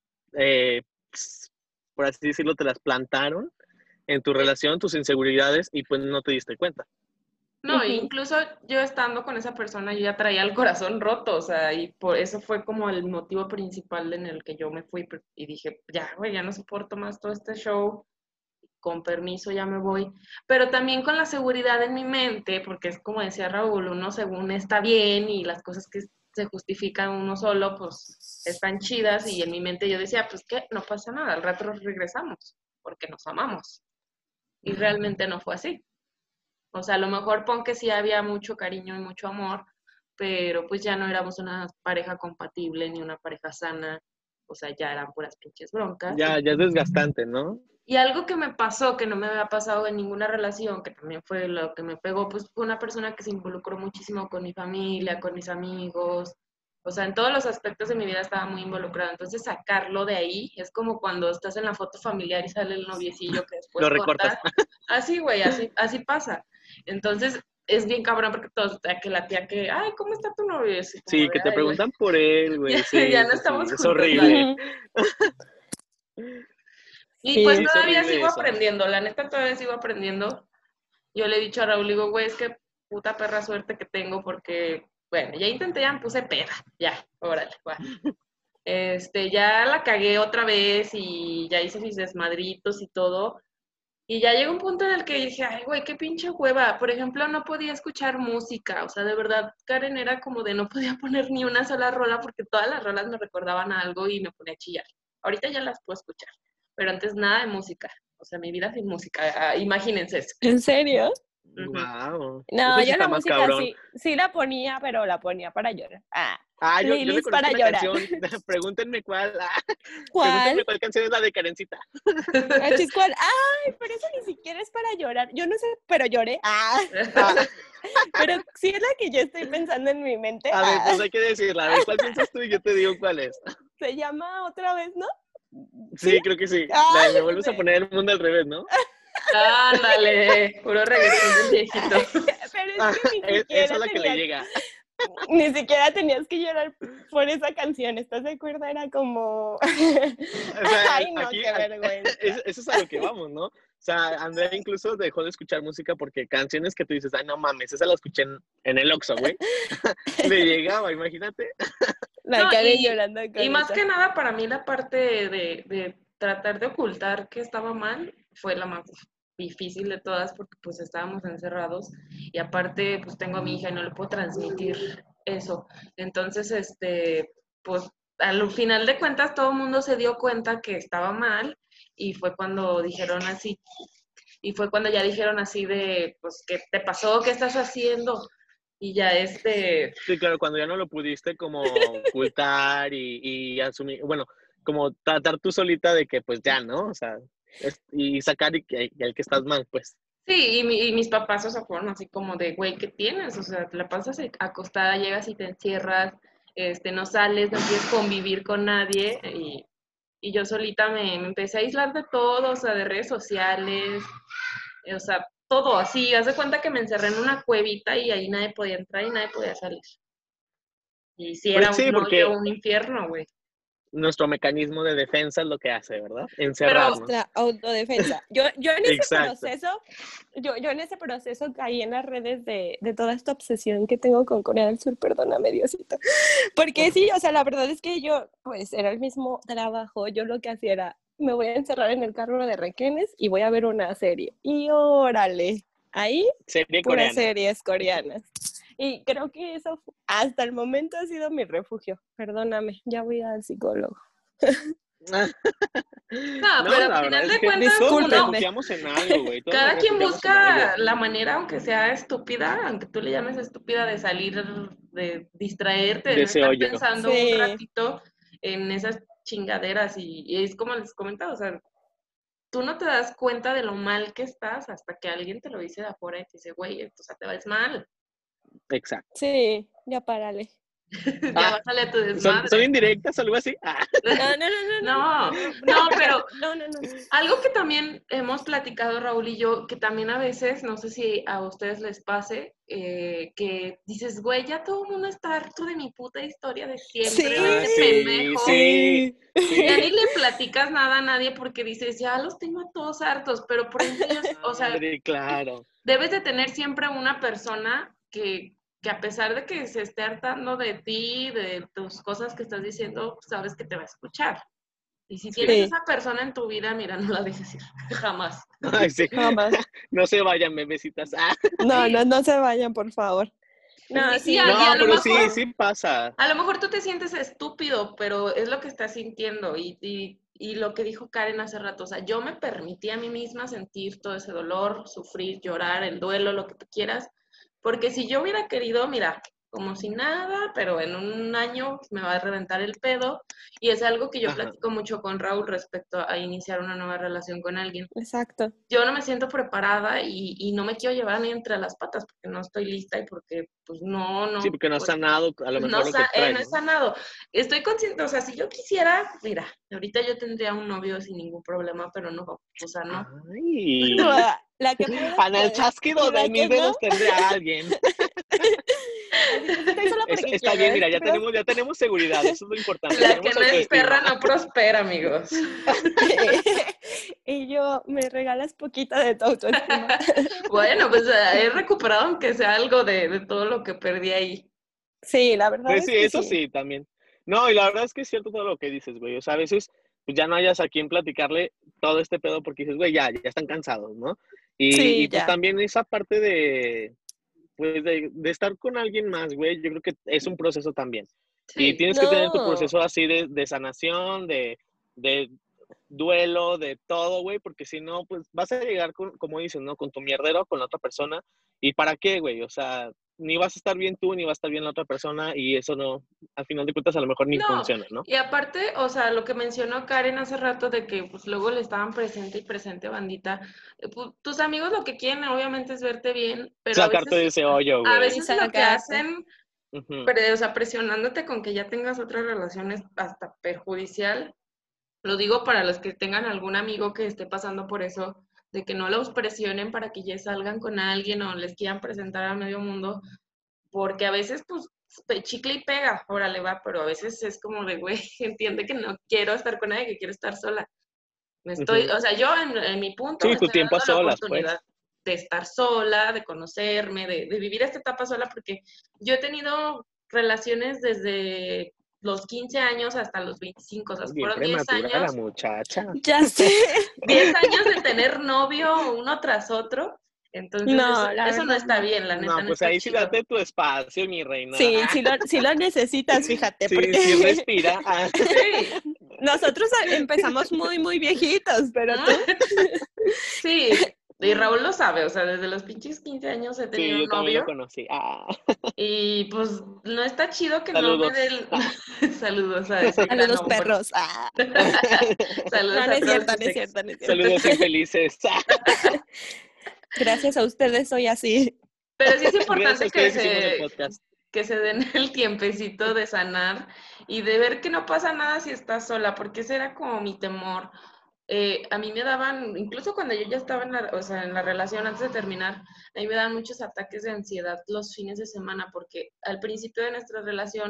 eh, por así decirlo, te las plantaron en tu relación, tus inseguridades, y pues no te diste cuenta. No, uh-huh. Incluso yo estando con esa persona, yo ya traía el corazón roto, o sea, y por eso fue como el motivo principal en el que yo me fui y dije, ya, güey, ya no soporto más todo este show, con permiso ya me voy, pero también con la seguridad en mi mente, porque es como decía Raúl, uno según está bien y las cosas que se justifican uno solo, pues están chidas, y en mi mente yo decía, pues que no pasa nada, al rato regresamos, porque nos amamos, y realmente no fue así. O sea, a lo mejor pon que sí había mucho cariño y mucho amor, pero pues ya no éramos una pareja compatible ni una pareja sana. O sea, ya eran puras pinches broncas. Ya, ya es desgastante, ¿no? Y algo que me pasó, que no me había pasado en ninguna relación, que también fue lo que me pegó, pues fue una persona que se involucró muchísimo con mi familia, con mis amigos. O sea, en todos los aspectos de mi vida estaba muy involucrada. Entonces, sacarlo de ahí es como cuando estás en la foto familiar y sale el noviecillo que después lo recortas. Así, güey, así, así pasa. Entonces, es bien cabrón porque todos, que la tía que, ay, ¿cómo está tu novio? Sí, sí que te preguntan güey. por él, güey. Ya, sí, ya no sí, estamos sí. juntos. Es horrible. Y sí, pues todavía sigo eso. aprendiendo, la neta todavía sigo aprendiendo. Yo le he dicho a Raúl, digo, güey, es que puta perra suerte que tengo porque, bueno, ya intenté, ya me puse peda, ya, órale, bueno. Este, ya la cagué otra vez y ya hice mis desmadritos y todo. Y ya llegó un punto en el que dije, ay, güey, qué pinche hueva. Por ejemplo, no podía escuchar música. O sea, de verdad, Karen era como de no podía poner ni una sola rola porque todas las rolas me recordaban a algo y me ponía a chillar. Ahorita ya las puedo escuchar, pero antes nada de música. O sea, mi vida sin música. Imagínense eso. ¿En serio? Wow. No, yo la música sí, sí la ponía, pero la ponía para llorar. Ah, ah yo, yo le conozco para una llorar. canción. Pregúntenme cuál. Ah, ¿Cuál? Pregúntenme cuál canción es la de Karencita. ¿Cuál? Ay, pero eso ni siquiera es para llorar. Yo no sé, pero lloré. Ah. ah. Pero sí es la que yo estoy pensando en mi mente. A ver, ah. pues hay que decirla. A ver, ¿cuál piensas tú y yo te digo cuál es? Se llama Otra Vez, ¿no? Sí, ¿Sí? creo que sí. Ay, la de me vuelves a poner el mundo al revés, ¿no? Ándale, puro reggaetón del viejito. Pero es que ni siquiera esa es la tenías, que le llega. Ni siquiera tenías que llorar por esa canción, ¿estás de acuerdo? Era como... O sea, ay, no, aquí, qué vergüenza. Eso es a lo que vamos, ¿no? O sea, Andrea incluso dejó de escuchar música porque canciones que tú dices, ay, no mames, esa la escuché en, en el Oxxo, güey. Le llegaba, imagínate. La no, Karen y, llorando con y más esa. que nada, para mí la parte de, de tratar de ocultar que estaba mal fue la más difícil de todas porque pues estábamos encerrados y aparte pues tengo a mi hija y no le puedo transmitir eso. Entonces, este, pues al final de cuentas todo el mundo se dio cuenta que estaba mal y fue cuando dijeron así, y fue cuando ya dijeron así de, pues, ¿qué te pasó? ¿Qué estás haciendo? Y ya este... Sí, claro, cuando ya no lo pudiste como ocultar y, y asumir, bueno, como tratar tú solita de que pues ya, ¿no? O sea, es, y sacar y, y el que estás mal, pues. Sí, y, mi, y mis papás, o sea, fueron así como de, güey, ¿qué tienes? O sea, te la pasas acostada, llegas y te encierras, este, no sales, no quieres convivir con nadie, y, y yo solita me, me empecé a aislar de todo, o sea, de redes sociales, o sea, todo así, haz de cuenta que me encerré en una cuevita y ahí nadie podía entrar y nadie podía salir. Y si era Pues sí, un porque... hoyo, un infierno, güey. nuestro mecanismo de defensa es lo que hace, ¿verdad? Encerrarnos. Nuestra autodefensa. Yo, yo en ese Exacto. proceso, yo, yo en ese proceso caí en las redes de, de toda esta obsesión que tengo con Corea del Sur, perdóname, Diosito. Porque sí, o sea, la verdad es que yo, pues, era el mismo trabajo, yo lo que hacía era, me voy a encerrar en el carro de requenes y voy a ver una serie. Y órale, ahí, Serie puras coreana. series coreanas. Y creo que eso hasta el momento ha sido mi refugio. Perdóname, ya voy al psicólogo. No, No, pero la al final verdad es de que cuentas, todos nos Discúlpenme. refugiamos en algo, güey. Todos cada nos quien refugiamos en algo. busca la manera, aunque sea estúpida, aunque tú le llames estúpida, de salir, de distraerte, de De no ese estar hoyo. pensando Sí. un ratito en esas chingaderas. Y, y es como les comentaba, o sea, tú no te das cuenta de lo mal que estás hasta que alguien te lo dice de afuera y te dice, güey, esto, o sea, te ves mal. Exacto. Sí, ya párale. Ya Ah, bájale a tu ¿Son, desmadre. son indirectas o algo así? Ah. No, no, no, no. No, no, pero No, no, no. algo que también hemos platicado Raúl y yo, que también a veces, no sé si a ustedes les pase, eh, que dices, güey, ya todo el mundo está harto de mi puta historia de siempre, Sí, de Ah, este sí, pendejo. sí, Ya sí. ni le platicas nada a nadie porque dices, ya los tengo a todos hartos, pero por dentro, ellos, o sea, Madre, claro. debes de tener siempre una persona que, que a pesar de que se esté hartando de ti, de tus cosas que estás diciendo, sabes que te va a escuchar. Y si tienes Sí. esa persona en tu vida, mira, no la dejes ir, jamás. Ay, sí. Jamás. No se vayan, bebecitas. Ah. No, no, no se vayan, por favor. No, Y- sí. y a- No, a lo pero mejor- sí, sí pasa. A lo mejor tú te sientes estúpido, pero es lo que estás sintiendo. Y, y, y lo que dijo Karen hace rato, o sea, yo me permití a mí misma sentir todo ese dolor, sufrir, llorar, el duelo, lo que tú quieras, porque si yo hubiera querido, mira, como si nada, pero en un año me va a reventar el pedo. Y es algo que yo Ajá. platico mucho con Raúl respecto a iniciar una nueva relación con alguien. Exacto. Yo no me siento preparada y, y no me quiero llevar ni entre las patas porque no estoy lista y porque pues no, no. Sí, porque no has pues, sanado a lo no, mejor lo sa- que eh, traes, no he ¿no? sanado. Estoy consciente, o sea, si yo quisiera, mira, ahorita yo tendría un novio sin ningún problema, pero no, o sea, no. Ay. La que puede, En el puede. chasquido Y la de mis que no, dedos tendré a alguien. así que estoy sola Es- porque está quiero, bien, mira, ya espero. tenemos, ya tenemos seguridad, eso es lo importante. La que Tenemos no es perra autoestima. no prospera, amigos. Y yo, me regalas poquito de tu autoestima. Bueno, pues eh, he recuperado aunque sea algo de, de todo lo que perdí ahí. Sí, la verdad Pues es sí, que eso sí. sí, también. No, y la verdad es que es cierto todo lo que dices, güey. O sea, a veces pues ya no hayas a quien platicarle todo este pedo porque dices, güey, ya, ya están cansados, ¿no? Y, Sí, y pues ya. también esa parte de, pues de, de estar con alguien más, güey, yo creo que es un proceso también. Y Sí. tienes que tener tu No. proceso así de, de sanación, de, de duelo, de todo, güey, porque si no, pues vas a llegar con, como dices, ¿no? Con tu mierdero, con la otra persona. ¿Y para qué, güey? O sea, ni vas a estar bien tú, ni va a estar bien la otra persona, y eso no, al final de cuentas, a lo mejor ni No, funciona, ¿no? y aparte, o sea, lo que mencionó Karen hace rato de que pues luego le estaban presente y presente bandita, eh, pu- tus amigos lo que quieren obviamente es verte bien, pero a Sacarte de veces, ese hoyo, a güey. veces Sí, lo que sacarte. hacen, Ujú. pre- o sea, presionándote con que ya tengas otras relaciones hasta perjudicial, lo digo para los que tengan algún amigo que esté pasando por eso, de que no los presionen para que ya salgan con alguien o les quieran presentar al medio mundo, porque a veces, pues, pe- chicle y pega, órale va, pero a veces es como de, güey, entiende que no quiero estar con nadie, que quiero estar sola. Me estoy, Ujú. o sea, yo en, en mi punto Sí, me tu estoy tiempo a dando la solas, oportunidad pues. de estar sola, de conocerme, de, de vivir esta etapa sola, porque yo he tenido relaciones desde los quince años hasta los veinticinco, o sea, Bien fueron diez prematura la años, muchacha. Ya sé. diez años de tener novio uno tras otro, entonces No, eso, la eso no verdad está no. bien, la neta No, no pues está ahí sí chido. date tu espacio, mi reina. Sí, sí lo, sí lo necesitas, fíjate, Sí, porque sí respira. Ah. Sí, nosotros empezamos muy, muy viejitos, pero tú, sí, y Raúl lo sabe, o sea, desde los pinches quince años he tenido Sí, yo un también lo novio conocí. Ah. y pues no está chido que no me Saludos. dé el... Saludos a ese a gran los hombre. perros. Ah. Saludos No, no a es todos cierto, sus no es ex. cierto, no es cierto. Saludos infelices. Gracias a ustedes soy así. Pero sí es Gracias a importante que ustedes hicimos el se, podcast. que se den el tiempecito de sanar y de ver que no pasa nada si estás sola, porque ese era como mi temor. Eh, a mí me daban, incluso cuando yo ya estaba en la, o sea, en la relación antes de terminar, a mí me daban muchos ataques de ansiedad los fines de semana, porque al principio de nuestra relación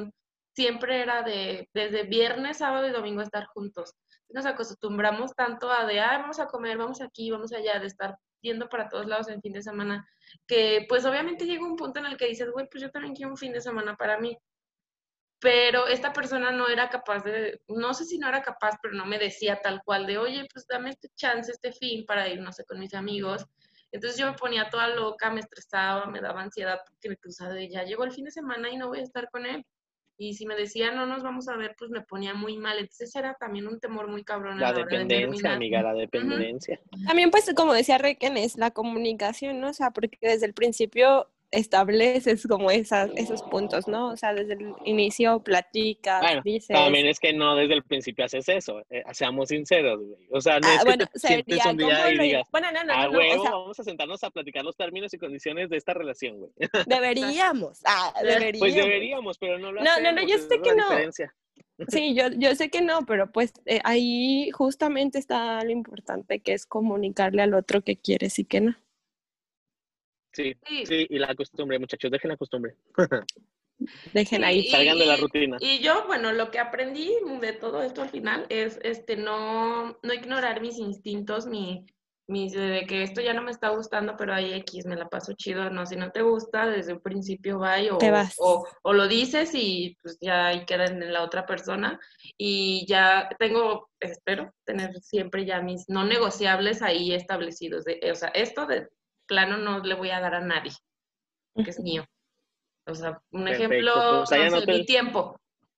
siempre era de, desde viernes, sábado y domingo estar juntos. Nos acostumbramos tanto a de, ah, vamos a comer, vamos aquí, vamos allá, de estar yendo para todos lados en fin de semana, que pues obviamente llega un punto en el que dices, güey, pues yo también quiero un fin de semana para mí. Pero esta persona no era capaz de, no sé si no era capaz, pero no me decía tal cual de, oye, pues dame este chance, este fin para ir, no sé, con mis amigos. Entonces yo me ponía toda loca, me estresaba, me daba ansiedad porque me cruzaba de, ya llegó el fin de semana y no voy a estar con él. Y si me decía, no nos vamos a ver, pues me ponía muy mal. Entonces era también un temor muy cabrón a La la hora de dependencia, terminar. amiga, la Ujú. dependencia. También, pues, como decía Requen, es la comunicación, ¿no? O sea, porque desde el principio estableces como esas, esos puntos, ¿no? O sea, desde el inicio platicas, Bueno, dices, también es que no desde el principio haces eso, eh, seamos sinceros, güey. O sea, no ah, es que bueno, te sientes sería un como día y lo... digas, Bueno, no, no, a no, no, o huevo, sea, vamos a sentarnos a platicar los términos y condiciones de esta relación, güey. deberíamos, ah, Eh, deberíamos. Pues deberíamos, pero no lo No, hacemos, no, no, yo esa sé es que la no. diferencia. Sí, yo, yo sé que no, pero pues eh, ahí justamente está lo importante, que es comunicarle al otro que quieres y que no. Sí, Sí, sí, y la costumbre, muchachos, dejen la costumbre. Dejen sí, ahí. y, Salgan de la y- rutina. y yo, bueno, lo que aprendí de todo esto al final es este no, no ignorar mis instintos, mi, mis de que esto ya no me está gustando, pero hay X, me la paso chido, no, si no te gusta, desde un principio bye, Te o, vas. o, o lo dices y pues ya ahí queda en la otra persona, y ya tengo, espero, tener siempre ya mis no negociables ahí establecidos, de, o sea, esto de plano no le voy a dar a nadie, que es mío. O sea, un Perfecto, ejemplo, pues ahí no sé, mi anoten. tiempo.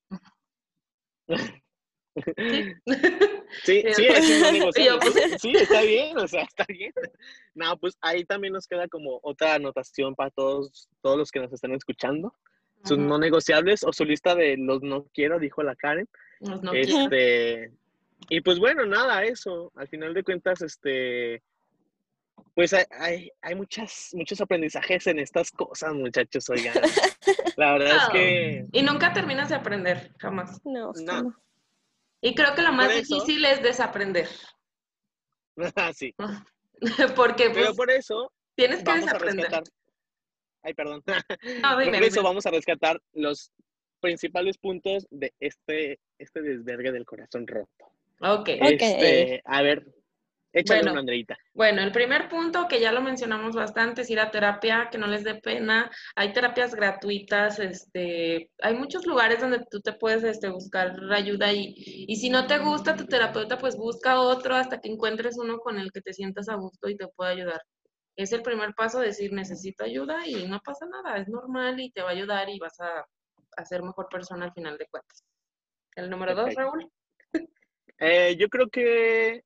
¿Sí? Sí, sí, es un no negociable, Yo, pues, sí, sí, está bien, o sea, está bien. No, pues ahí también nos queda como otra anotación para todos, todos los que nos están escuchando. Sus ujú, no negociables o su lista de los no quiero, dijo la Karen. pues no quiero. Este, y pues bueno, nada, eso. Al final de cuentas, este, pues hay, hay, hay muchas, muchos aprendizajes en estas cosas, muchachos, oigan. La verdad es No. que, Y nunca terminas de aprender, jamás. No, no, jamás. Y creo que lo y por más eso, difícil es desaprender. sí, Porque, pero pues, por eso tienes que vamos a desaprender. rescatar. Ay, perdón. No, dime, Por eso dime. vamos a rescatar los principales puntos de este, este desvergue del corazón roto. Ok. Ok. Este, a ver, échale una, Bueno, Andreita. bueno, el primer punto que ya lo mencionamos bastante es ir a terapia, que no les dé pena. Hay terapias gratuitas, este, hay muchos lugares donde tú te puedes este, buscar ayuda y, y si no te gusta tu terapeuta, pues busca otro hasta que encuentres uno con el que te sientas a gusto y te pueda ayudar. Es el primer paso, decir necesito ayuda y no pasa nada, es normal y te va a ayudar y vas a, a ser mejor persona al final de cuentas. El número dos, Perfecto. Raúl. Eh, yo creo que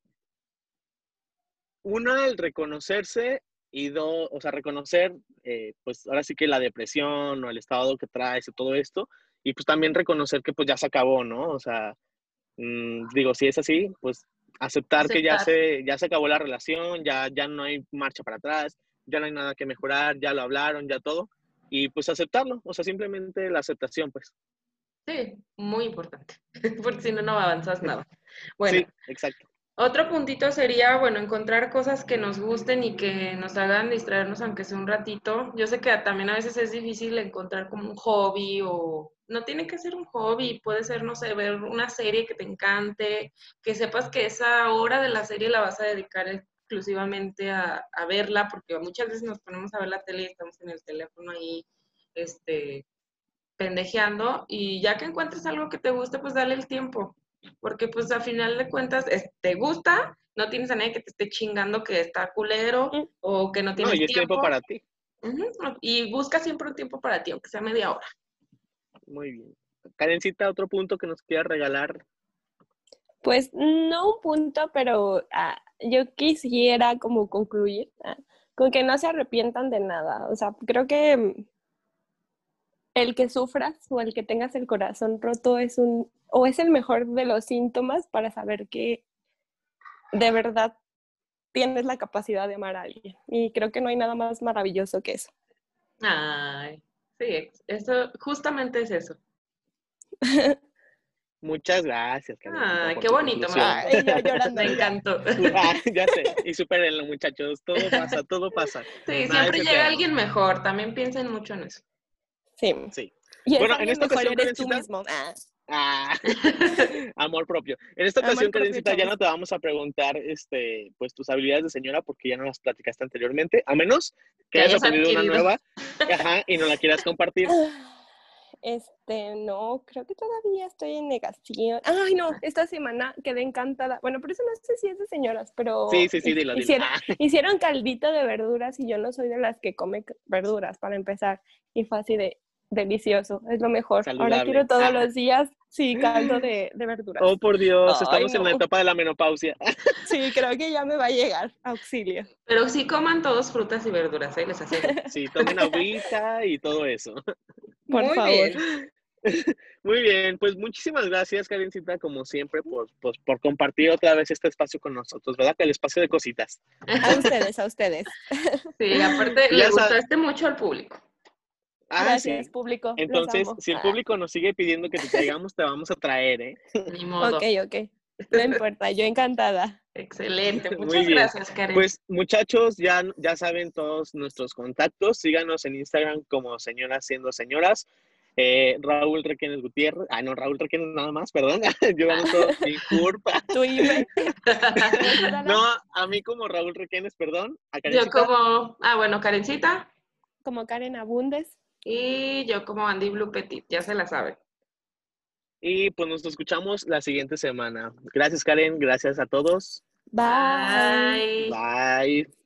una, el reconocerse y dos, o sea, reconocer, eh, pues ahora sí que la depresión o el estado que traes y todo esto, y pues también reconocer que pues ya se acabó, ¿no? O sea, mmm, digo, si es así, pues aceptar que ya Aceptar. se, ya se acabó la relación, ya, ya no hay marcha para atrás, ya no hay nada que mejorar, ya lo hablaron, ya todo, y pues aceptarlo, o sea, simplemente la aceptación, pues. Sí, muy importante, porque si no, no avanzas nada. Bueno, Sí, exacto. otro puntito sería, bueno, encontrar cosas que nos gusten y que nos hagan distraernos aunque sea un ratito. Yo sé que también a veces es difícil encontrar como un hobby o no tiene que ser un hobby, puede ser, no sé, ver una serie que te encante, que sepas que esa hora de la serie la vas a dedicar exclusivamente a, a verla, porque muchas veces nos ponemos a ver la tele y estamos en el teléfono ahí, este, pendejeando y ya que encuentres algo que te guste, pues dale el tiempo, porque pues a final de cuentas es, te gusta, no tienes a nadie que te esté chingando que está culero Mm, o que no No, tienes y es tiempo tiempo. para ti. Uh-huh. Y busca siempre un tiempo para ti, aunque sea media hora. Muy bien. Karencita, otro punto que nos quiera regalar. Pues no un punto, pero ah, yo quisiera como concluir ah, con que no se arrepientan de nada. O sea, creo que mm, el que sufras o el que tengas el corazón roto es un, o es el mejor de los síntomas para saber que de verdad tienes la capacidad de amar a alguien. Y creo que no hay nada más maravilloso que eso. Ay, sí, eso, justamente es eso. Muchas gracias, Karencita, Ay, por qué tu bonito, me conclusión. gustó. Ay, yo llorando Me ya. encantó. Ah, ya sé, y supérenlo, muchachos, todo pasa, todo pasa. Sí, Nada es siempre llega eterno. alguien mejor, también piensen mucho en eso. Sí. Sí. Y Bueno, esa en alguien esta mejor ocasión, eres tú Karencita, mismo. Ah, ah, amor propio. En esta amor ocasión, propio, Karencita, ya chavos. no te vamos a preguntar, este, pues tus habilidades de señora porque ya no las platicaste anteriormente, a menos que Que hayas hayas aprendido una adquirido. nueva, ajá, y no la quieras compartir. Ah, Este, no, creo que todavía estoy en negación. Ay, no, esta semana quedé encantada. Bueno, por eso no sé si es de señoras, pero Sí, sí, sí, hi- dilo, dilo. hicieron, Ah, hicieron caldito de verduras y yo no soy de las que come c- verduras para empezar. Y fue así de delicioso, es lo mejor. Ahora quiero saludable. todos Ah. los días, sí, caldo de, de verduras. Oh, por Dios, Ay, estamos en la no, etapa de la menopausia. sí, creo que ya me va a llegar auxilio, Pero sí coman todos frutas y verduras, ¿eh? Les aseguro. Sí, tomen agüita y todo eso. por Muy favor. bien. Muy bien, pues muchísimas gracias, Karencita, como siempre, por, pues, por compartir otra vez este espacio con nosotros, ¿verdad? Que el espacio de cositas. A ustedes, a ustedes. Sí, aparte Y le ya sabes, gustaste mucho al público. ah, Gracias, sí. público, los Entonces, amo. si el Ah, público nos sigue pidiendo que te traigamos, te vamos a traer, ¿eh? Ni ok, modo. ok, no importa, yo encantada. Excelente. Muy Muchas bien. gracias, Karen. Pues muchachos, ya, ya saben todos nuestros contactos. Síganos en Instagram como Señoras Siendo Señoras. Eh, Raúl Requenes Gutiérrez. Ah, no, Raúl Requenes nada más, perdón. Yo anoto mi curva. Tu I F E, ¿me vas a dar No, la- a mí como Raúl Requenes, perdón. A Yo Karencita. como, ah, bueno, Karencita. como Karen Abundes? Y yo como Andy Blue Petit, ya se la saben. Y pues nos escuchamos la siguiente semana. Gracias, Karen. Gracias a todos. Bye. Bye. Bye.